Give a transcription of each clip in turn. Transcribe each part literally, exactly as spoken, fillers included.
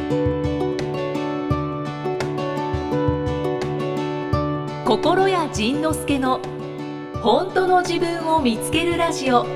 心谷仁之助の本当の自分を見つけるラジオ。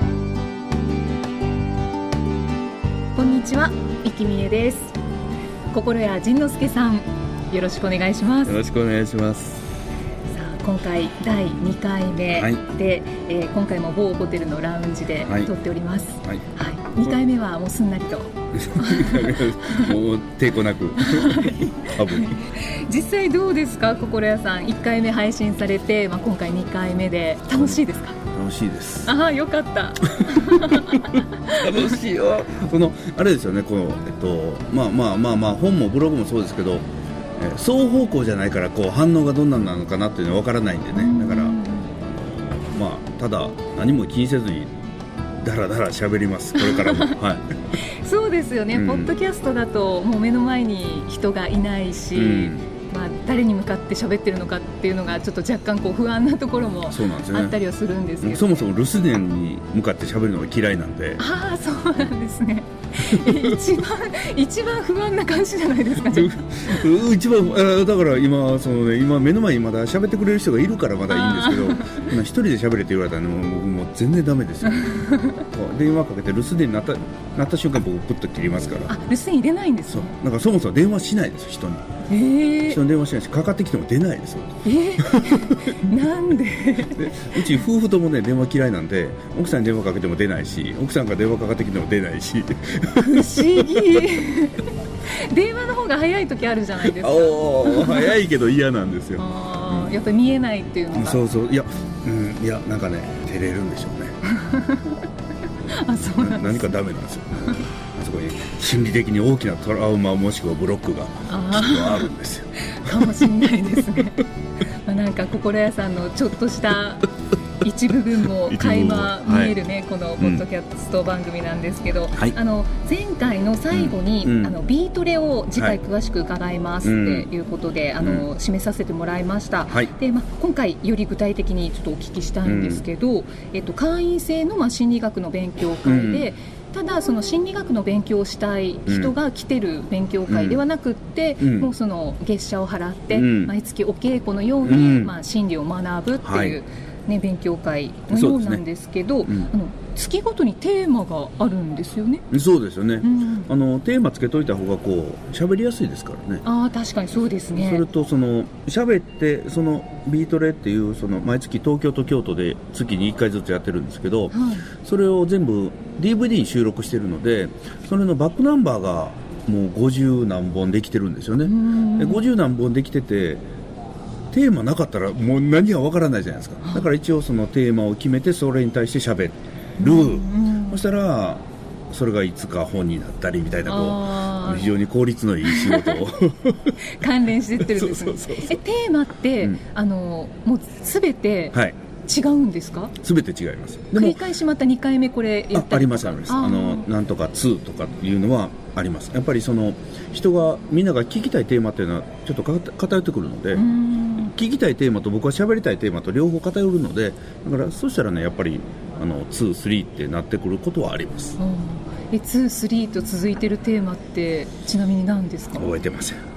こんにちは、生きみえです。心谷仁之助さん、よろしくお願いします。 よろしくお願いします。 さあ、今回だいにかいめで、はい、えー、今回も某ホテルのラウンジで撮っております。はいはい、にかいめはもうすんなりともう抵抗なく多分実際どうですか、心谷さん。いっかいめ配信されて、まあ、今回にかいめで楽しいですか？ 楽しいです。 ああ、よかった楽しいよ。このあれですよね、この、えっと、まあまあまあまあ本もブログもそうですけど、えー、双方向じゃないからこう反応がどんななのかなっていうのは分からないんでね。だからまあただ何も気にせずにだらだら喋ります、これからも、はい、 そうですよね、 うん、 ポッドキャストだともう目の前に人がいないし、うん、まあ、誰に向かって喋ってるのかっていうのがちょっと若干こう不安なところもあったりはするんですけど、 そもそも留守電に向かって喋るのが嫌いなんで。 ああ、そうなんですね一番一番不安な感じじゃないですか。 一番だから今その、ね、今目の前にまだ喋ってくれる人がいるからまだいいんですけど、一人で喋れって言われたら、ね、もう僕もう全然ダメですよ電話かけて留守電になった、なった瞬間僕プッと切りますから。 あ、留守電入れないんですか？ そう、だからそもそも電話しないです、人に。 えー、 人に電話しないし、かかってきても出ないですよ。 えー、なんででうち夫婦ともね電話嫌いなんで、奥さんに電話かけても出ないし、奥さんが電話かかってきても出ないし不思議電話の方が早い時あるじゃないですか。 お早いけど嫌なんですよ。 あ、うん、やっぱり見えないっていうのが。 そうそう、いや、うん、いや、なんかね照れるんでしょうねあ、そうなんです。 何かダメなんですよあそこに心理的に大きなトラウマもしくはブロックがきっとあるんですよかもしれないですねまあなんか心谷さんのちょっとした一部分も垣間見えるね、はい、このポッドキャスト番組なんですけど、うん、あの前回の最後に、うん、あのビートレを次回詳しく伺いますっていうことで、はい、あの締めさせてもらいました、はい。で、まあ、今回より具体的にちょっとお聞きしたいんですけど、うん、えっと、会員制の、まあ、心理学の勉強会で、うん、ただその心理学の勉強をしたい人が来てる勉強会ではなくって、うん、もうその月謝を払って、うん、毎月お稽古のように、うん、まあ、心理を学ぶっていう、はいね、勉強会のようなんですけど、ね、うん、あの月ごとにテーマがあるんですよね。 そうですよね、うん、あのテーマつけといた方がこう喋りやすいですからね。 あ、確かにそうですね。 それとその喋ってそのビートレっていうその毎月東京と京都で月にいっかいずつやってるんですけど、はい、それを全部 ディーブイディー に収録してるので、それのバックナンバーがもうごじゅうなんぼんできてるんですよね。でごじゅうなんぼんできてて、テーマなかったらもう何がわからないじゃないですか。だから一応そのテーマを決めてそれに対して喋る、うん、そしたらそれがいつか本になったりみたいな、こう非常に効率のいい仕事を関連してってるんですね。そうそうそうそう。え、テーマって、うん、あのもう全て、はい、違うんですか？ すべて違います。 でも繰り返しまたにかいめこれやったりとか。あ、ありますあります。あのなんとかにとかいうのはあります。やっぱりその人がみんなが聞きたいテーマっていうのはちょっと偏ってくるので、聞きたいテーマと僕は喋りたいテーマと両方偏るので、だからそしたらね、やっぱりあのに、さんってなってくることはあります。 うん、え、に、さんと続いてるテーマってちなみに何ですか？ 覚えてません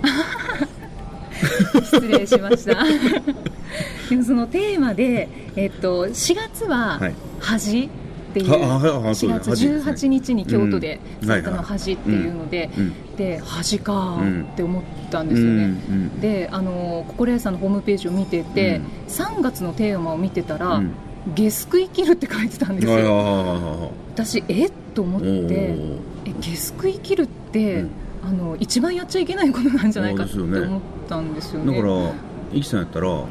失礼しましたでもそのテーマで、えっと、しがつは恥っていう、はい、しがつじゅうはちにちに京都でされたの恥っていうので、で恥かって思ったんですよね、うんうん、で、あの心谷さんのホームページを見てて、うん、さんがつのテーマを見てたら、うん、下宿生きるって書いてたんですよ。私えっと思って、え下宿生きるって、うん、あの一番やっちゃいけないことなんじゃないかって思ったんですよね。 だからイキさんやったら、はい、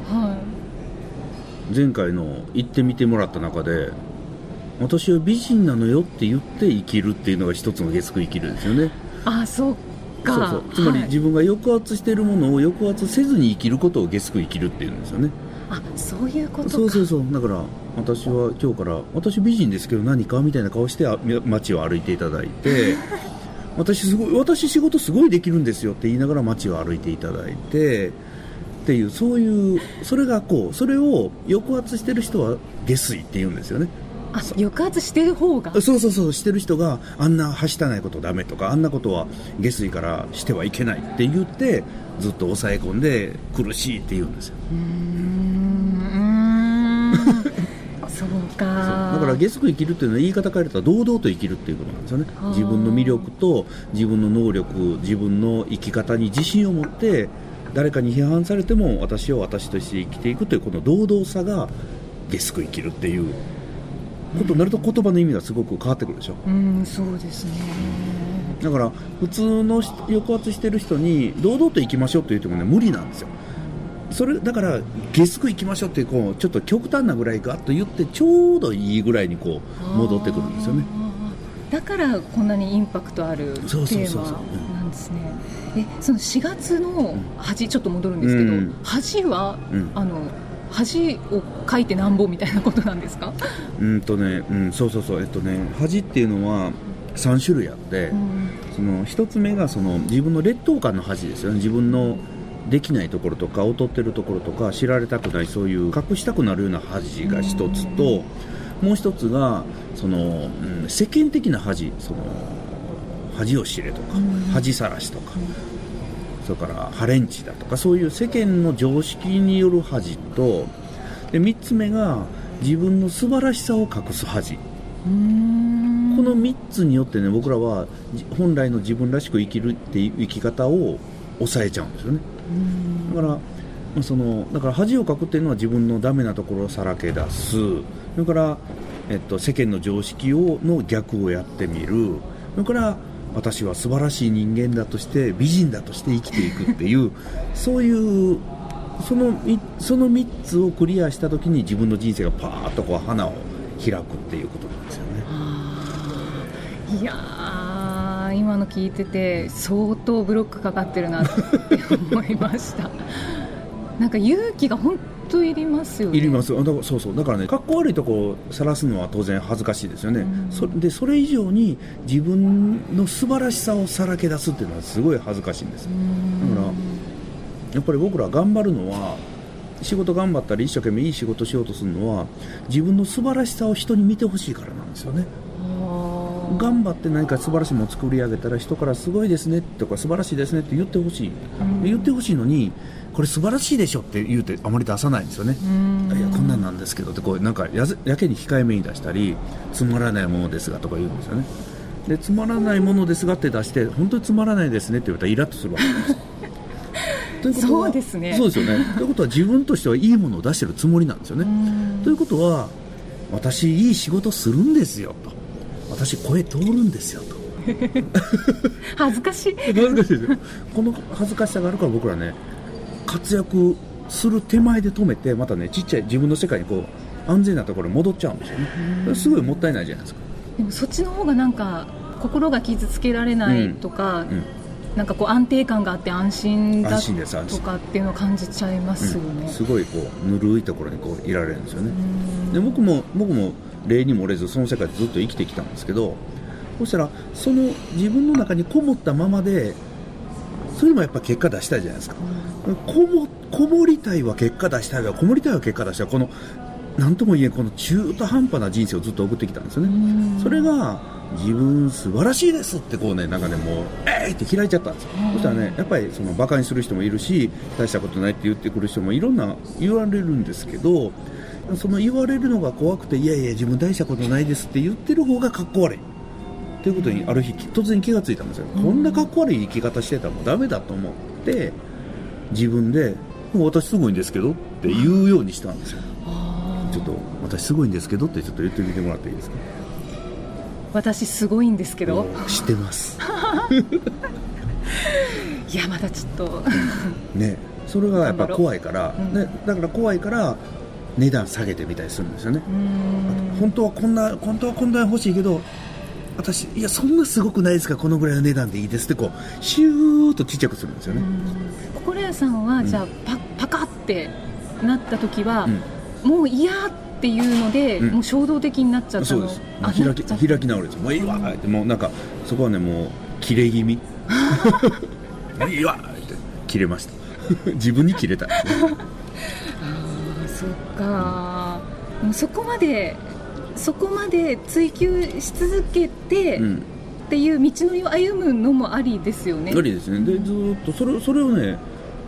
前回の行ってみてもらった中で、私は美人なのよって言って生きるっていうのが一つの下宿生きるですよね。 あ、そうか。 そうそう、つまり自分が抑圧しているものを抑圧せずに生きることを下宿生きるっていうんですよね。 あ、そういうことか。 そうそうそう。だから私は今日から私美人ですけど何かみたいな顔して街を歩いていただいて私すごい私仕事すごいできるんですよって言いながら街を歩いていただいてっていう、そういうそれがこうそれを抑圧してる人は下水って言うんですよね。 あ、抑圧してる方が、 そうそうそう、してる人があんなはしたないことダメとか、あんなことは下水からしてはいけないって言ってずっと抑え込んで苦しいって言うんですよ。 うーんそうか。 そうだから下水生きるっていうのは言い方変えると堂々と生きるっていうことなんですよね。自分の魅力と自分の能力、自分の生き方に自信を持って誰かに批判されても私を私として生きていくというこの堂々さが下水生きるっていうことになると言葉の意味がすごく変わってくるでしょ。 うん、そうですね。 だから普通の抑圧してる人に堂々と生きましょうと言ってもね無理なんですよ。それだから下水生きましょうってこうちょっと極端なぐらいガッと言ってちょうどいいぐらいにこう戻ってくるんですよね。 だからこんなにインパクトあるテーマなんですね。え、そのしがつの恥、ちょっと戻るんですけど、うん、恥は、うん、あの恥を書いてなんぼみたいなことなんですか？ うんとね、うん、そうそうそう、えっとね、恥っていうのはさん種類あって、うん、そのひとつめがその自分の劣等感の恥ですよね。自分のできないところとか劣ってるところとか知られたくないそういう隠したくなるような恥が一つと、もう一つがその、うん、世間的な恥、その恥を知れとか恥さらしとか、それからハレンチだとかそういう世間の常識による恥と、でみっつめが自分の素晴らしさを隠す恥。うーん、このみっつによってね僕らは本来の自分らしく生きるっていう生き方を抑えちゃうんですよね。だからそのだから恥をかくっていうのは自分のダメなところをさらけ出す。それから、えっと、世間の常識をの逆をやってみる。それから私は素晴らしい人間だとして美人だとして生きていくっていうそういうそのそのみっつをクリアした時に自分の人生がパーッとこう花を開くっていうことなんですよね。 いやー、今の聞いてて相当ブロックかかってるなって思いましたなんか勇気が本当いりますよね。 いります。だからそうそう、だからね、かっこ悪いとこを晒すのは当然恥ずかしいですよね。うん、そでそれ以上に自分の素晴らしさをさらけ出すっていうのはすごい恥ずかしいんです。だからやっぱり僕ら頑張るのは、仕事頑張ったり一生懸命いい仕事しようとするのは自分の素晴らしさを人に見てほしいからなんですよね。頑張って何か素晴らしいものを作り上げたら人からすごいですねとか素晴らしいですねって言ってほしい、うん、言ってほしいのにこれ素晴らしいでしょって言うてあまり出さないんですよね。いやこんなんなんですけどってこうなんか や, やけに控えめに出したりつまらないものですがとか言うんですよね。でつまらないものですがって出して本当につまらないですねって言われたらイラッとするわけですということはそうですね。 そうですよね。ということは自分としてはいいものを出してるつもりなんですよね。ということは私いい仕事するんですよと、私声通るんですよと恥ずかしい恥ずかしいですよ。この恥ずかしさがあるから僕らね活躍する手前で止めてまたねちっちゃい自分の世界にこう安全なところに戻っちゃうんですよね。すごいもったいないじゃないですか。 でもそっちの方がなんか心が傷つけられないとか、うんうん、なんかこう安定感があって安心だとかっていうのを感じちゃいますよね。 うん、すごいこうぬるいところにこういられるんですよね。で僕も僕も例に漏れずその世界でずっと生きてきたんですけど、そしたらその自分の中にこもったままでそれもやっぱ結果出したいじゃないですか。うん、こも、こもりたいは結果出したいわこもりたいは結果出したい、この何とも言えんこの中途半端な人生をずっと送ってきたんですよね。それが自分素晴らしいですってこうねなんかねもうえーって開いちゃったんですよ。そしたらねやっぱりそのバカにする人もいるし大したことないって言ってくる人もいろんな言われるんですけど、その言われるのが怖くていやいや自分大したことないですって言ってる方がかっこ悪いということにある日突然気がついたんですよ。こんなかっこ悪い生き方してたらもうダメだと思って自分でもう私すごいんですけどって言うようにしたんですよ。ちょっと私すごいんですけどってちょっと言ってみてもらっていいですか。 私すごいんですけど知ってますいやまだちょっとね、それがやっぱ怖いから、うんね、だから怖いから値段下げてみたりするんですよね。本当はこんな本当はこんな欲しいけど私いやそんなすごくないですかこのぐらいの値段でいいですってこうシューッとちっちゃくするんですよね。 心屋さんはじゃあ、うん、パ, パカってなった時は、うん、もう嫌っていうので、うん、もう衝動的になっちゃったの。 そうです。開き開き直るんですよ。もういいわって、もうなんかそこはねもう切れ気味もういいわって切れました自分に切れた、ね、 ああそっか、うん、もうそこまでそこまで追求し続けて、うん、っていう道のりを歩むのもありですよね。 ありですね。でずっとそれ、それをね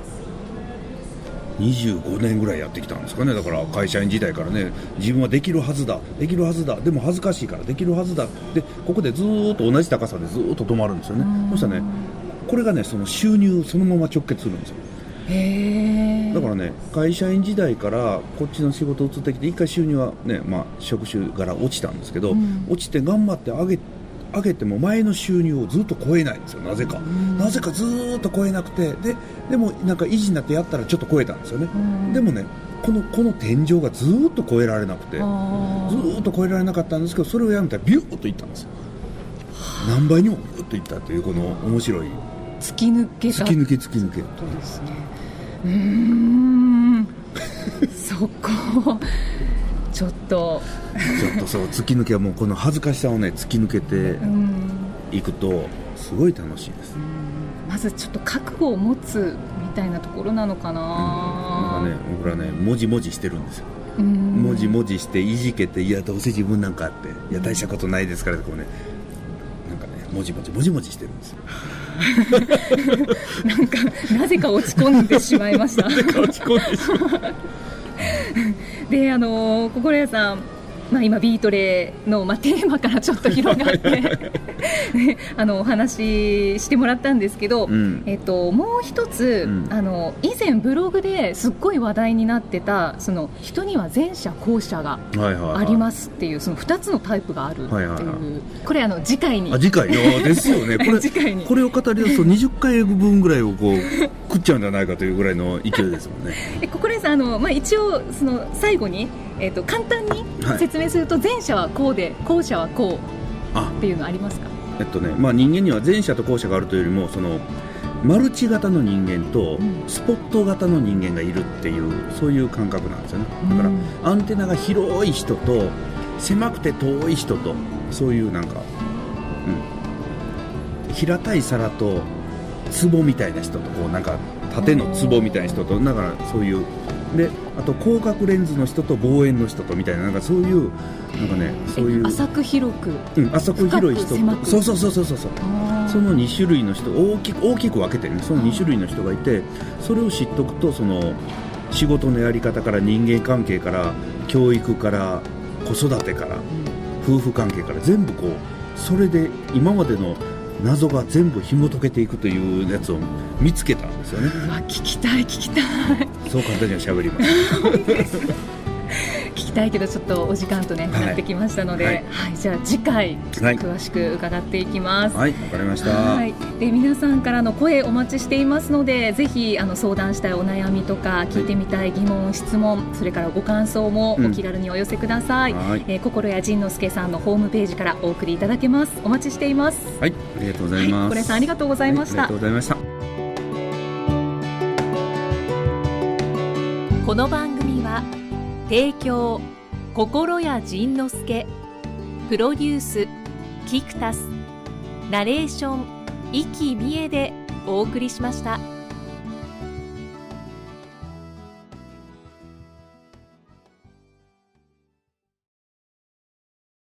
にじゅうごねんぐらいやってきたんですかね。だから会社員時代からね、自分はできるはずだできるはずだでも恥ずかしいからできるはずだで、ここでずっと同じ高さでずっと止まるんですよね。そしたらね、これがねその収入そのまま直結するんですよ。 へー。 だからね、会社員時代からこっちの仕事移ってきて、一回収入はね、まあ、職種から落ちたんですけど、うん、落ちて頑張って上げ上げても前の収入をずっと超えないんですよ。なぜか、うん、なぜかずっと超えなくて、ででもなんか維持になってやったらちょっと超えたんですよね、うん、でもねこのこの天井がずっと超えられなくて、ずっと超えられなかったんですけど、それをやめたらビューッといったんですよ。何倍にもビューッといったというこの面白い突き抜けた突き抜け突き抜けそうですね。うーんそこちょっとちょっとそう突き抜けはもうこの恥ずかしさをね突き抜けていくとすごい楽しいです。 うん、まずちょっと覚悟を持つみたいなところなのかな。 うん、なんかね僕らねもじもじしてるんですよ。もじもじしていじけて、いやどうせ自分なんかあって、いや大したことないですからってこうね、なんかねもじもじもじもじしてるんですよ。 なんかなぜか落ち込んでしまいました。 なぜか落ち込んでしまう。 で、あの心屋さん、まあ、今ビートレイの、まあ、テーマからちょっと広がって、ね、あのお話ししてもらったんですけど、うん、えっと、もう一つ、うん、あの以前ブログですっごい話題になってたその人には前者後者がありますっていう、はいはいはい、そのふたつのタイプがあるっていう、はいはいはい、これあの次回にあ次回ですよね。これ次回にこれを語り出すとにじゅっかいぶんぐらいをこう食っちゃうんじゃないかというぐらいの勢いですもんね。 え心屋さん、あの、まあ、一応その最後にえー、と簡単に説明すると、前者はこうで後者はこうっていうのありますか？ えっとねまあ、人間には前者と後者があるというよりも、そのマルチ型の人間とスポット型の人間がいるっていう、そういう感覚なんですよね。だから、うん、アンテナが広い人と狭くて遠い人と、そういうなんか、うん、平たい皿と壺みたいな人と、こうなんか縦の壺みたいな人と、だからそういうで、あと広角レンズの人と望遠の人とみたいな、なんかそういうなんかね、そういう浅く広く、 うん、浅く広い人と、そうそうそうそうそう、そのに種類の人、大きく大きく分けてね、そのに種類の人がいて、それを知っておくと、その仕事のやり方から人間関係から教育から子育てから、うん、夫婦関係から全部こう、それで今までの謎が全部紐解けていくというやつを見つけたんですよね。 うわ、聞きたい聞きたい。 そう簡単には喋ります。 聞きたいけどちょっとお時間とね、はい、なってきましたので、はいはい、じゃあ次回、はい、詳しく伺っていきます。 はい、わかりました。 はい、で皆さんからの声お待ちしていますので、ぜひあの相談したいお悩みとか聞いてみたい疑問、質問、それからご感想もお気軽にお寄せください。うん、はい、えー、心谷仁之助さんのホームページからお送りいただけます。お待ちしています。 はい、ありがとうございます。はい、 心谷さんありがとうございました。 はい、ありがとうございました。 この番組は提供心谷仁之助、プロデュースキクタス、ナレーション生きみえでお送りしました。